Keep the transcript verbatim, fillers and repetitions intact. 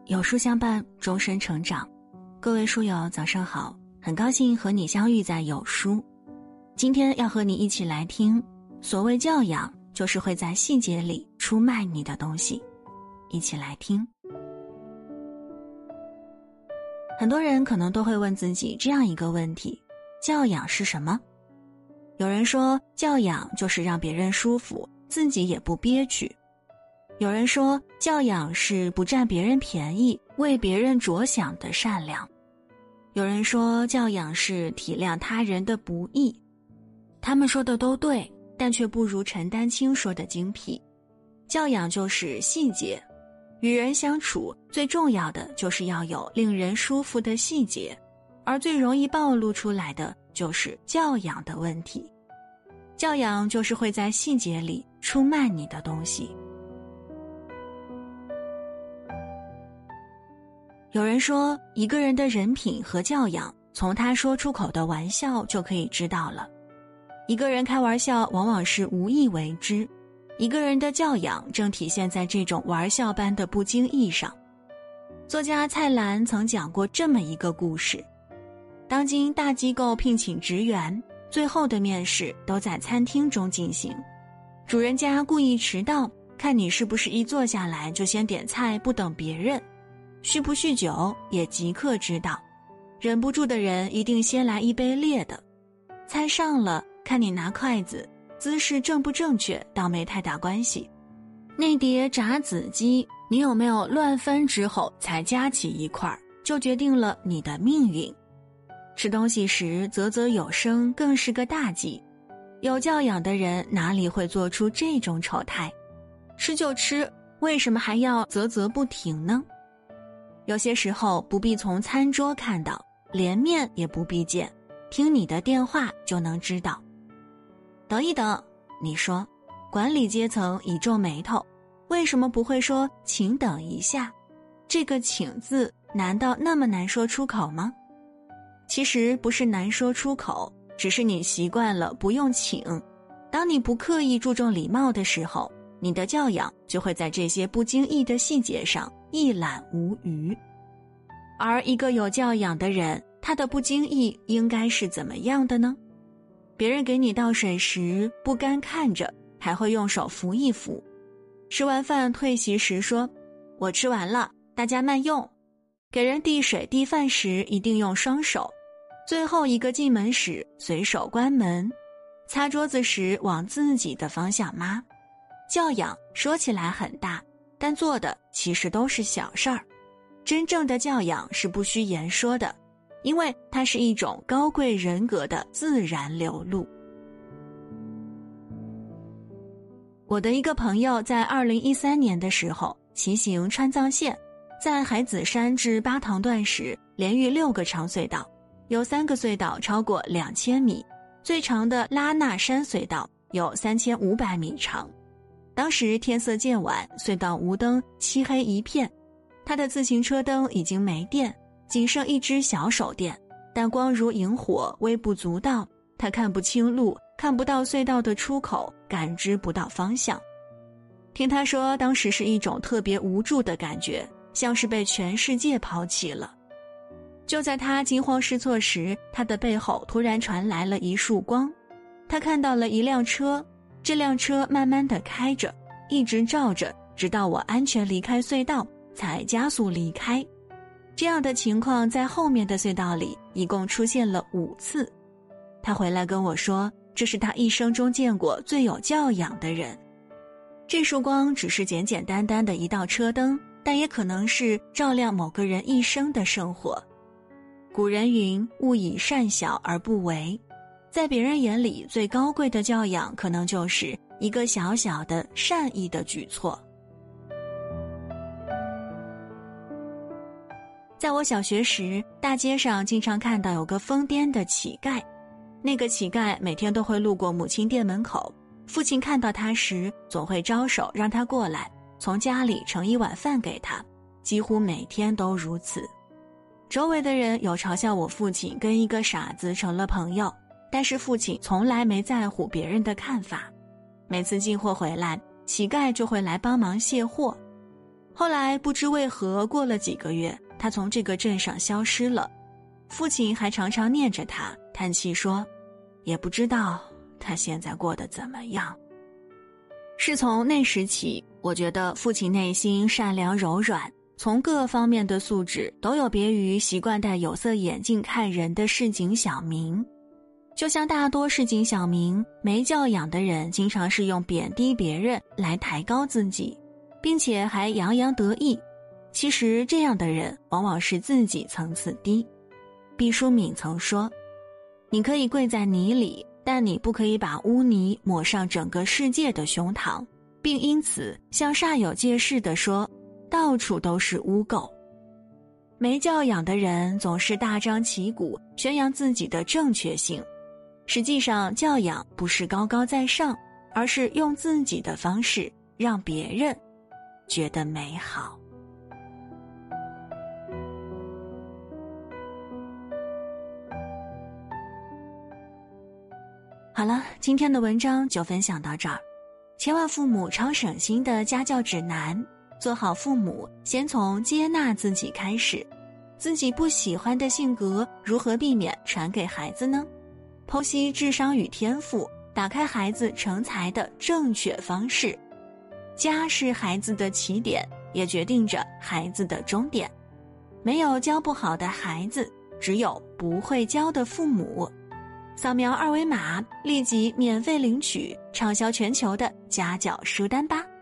有书相伴，终身成长。各位书友早上好，很高兴和你相遇在有书。今天要和你一起来听，所谓教养，就是会在细节里出卖你的东西。一起来听。很多人可能都会问自己这样一个问题：教养是什么？有人说，教养就是让别人舒服，自己也不憋屈。有人说，教养是不占别人便宜，为别人着想的善良。有人说，教养是体谅他人的不易。他们说的都对，但却不如陈丹青说的精辟。教养就是细节，与人相处最重要的就是要有令人舒服的细节，而最容易暴露出来的就是教养的问题。教养就是会在细节里出卖你的东西。有人说，一个人的人品和教养，从他说出口的玩笑就可以知道了。一个人开玩笑往往是无意为之，一个人的教养正体现在这种玩笑般的不经意上。作家蔡澜曾讲过这么一个故事：当今大机构聘请职员，最后的面试都在餐厅中进行。主人家故意迟到，看你是不是一坐下来就先点菜，不等别人。酗不酗酒也即刻知道，忍不住的人一定先来一杯烈的。菜上了，看你拿筷子姿势正不正确倒没太大关系。那碟炸子鸡，你有没有乱翻之后才夹起一块，就决定了你的命运。吃东西时啧啧有声更是个大忌，有教养的人哪里会做出这种丑态？吃就吃，为什么还要啧啧不停呢？有些时候不必从餐桌看到，连面也不必见，听你的电话就能知道。等一等，你说，管理阶层已皱眉头，为什么不会说请等一下？这个请字难道那么难说出口吗？其实不是难说出口，只是你习惯了不用请。当你不刻意注重礼貌的时候，你的教养就会在这些不经意的细节上一览无余。而一个有教养的人，他的不经意应该是怎么样的呢？别人给你倒水时，不干看着，还会用手扶一扶。吃完饭退席时说，我吃完了，大家慢用。给人递水递饭时一定用双手。最后一个进门时随手关门。擦桌子时往自己的方向抹。教养说起来很大，但做的其实都是小事儿。真正的教养是不需言说的，因为它是一种高贵人格的自然流露。我的一个朋友在二零一三年的时候骑行川藏线，在海子山至巴塘段时连遇六个长隧道，有三个隧道超过两千米，最长的拉纳山隧道有三千五百米长。当时天色渐晚，隧道无灯，漆黑一片。他的自行车灯已经没电，仅剩一只小手电，但光如萤火，微不足道。他看不清路，看不到隧道的出口，感知不到方向。听他说，当时是一种特别无助的感觉，像是被全世界抛弃了。就在他惊慌失措时，他的背后突然传来了一束光。他看到了一辆车，这辆车慢慢地开着，一直照着，直到我安全离开隧道，才加速离开。这样的情况在后面的隧道里一共出现了五次。他回来跟我说，这是他一生中见过最有教养的人。这束光只是简简单单的一道车灯，但也可能是照亮某个人一生的生活。古人云，勿以善小而不为。在别人眼里，最高贵的教养可能就是一个小小的善意的举措。在我小学时，大街上经常看到有个疯癫的乞丐。那个乞丐每天都会路过母亲店门口，父亲看到他时总会招手让他过来，从家里盛一碗饭给他，几乎每天都如此。周围的人有嘲笑我父亲跟一个傻子成了朋友，但是父亲从来没在乎别人的看法。每次进货回来，乞丐就会来帮忙卸货。 后来不知为何，过了几个月，他从这个镇上消失了。父亲还常常念着他，叹气说，也不知道他现在过得怎么样。是从那时起，我觉得父亲内心善良柔软，从各方面的素质都有别于习惯戴有色眼镜看人的市井小民。就像大多市井小民，没教养的人经常是用贬低别人来抬高自己，并且还洋洋得意。其实这样的人往往是自己层次低。毕淑敏曾说，你可以跪在泥里，但你不可以把污泥抹上整个世界的胸膛，并因此向煞有介事地说，到处都是污垢。没教养的人总是大张旗鼓宣扬自己的正确性，实际上教养不是高高在上，而是用自己的方式让别人觉得美好。好了，今天的文章就分享到这儿。千万父母超省心的家教指南，做好父母先从接纳自己开始。自己不喜欢的性格如何避免传给孩子呢？剖析智商与天赋，打开孩子成才的正确方式。家是孩子的起点，也决定着孩子的终点。没有教不好的孩子，只有不会教的父母。扫描二维码，立即免费领取畅销全球的家教书单吧。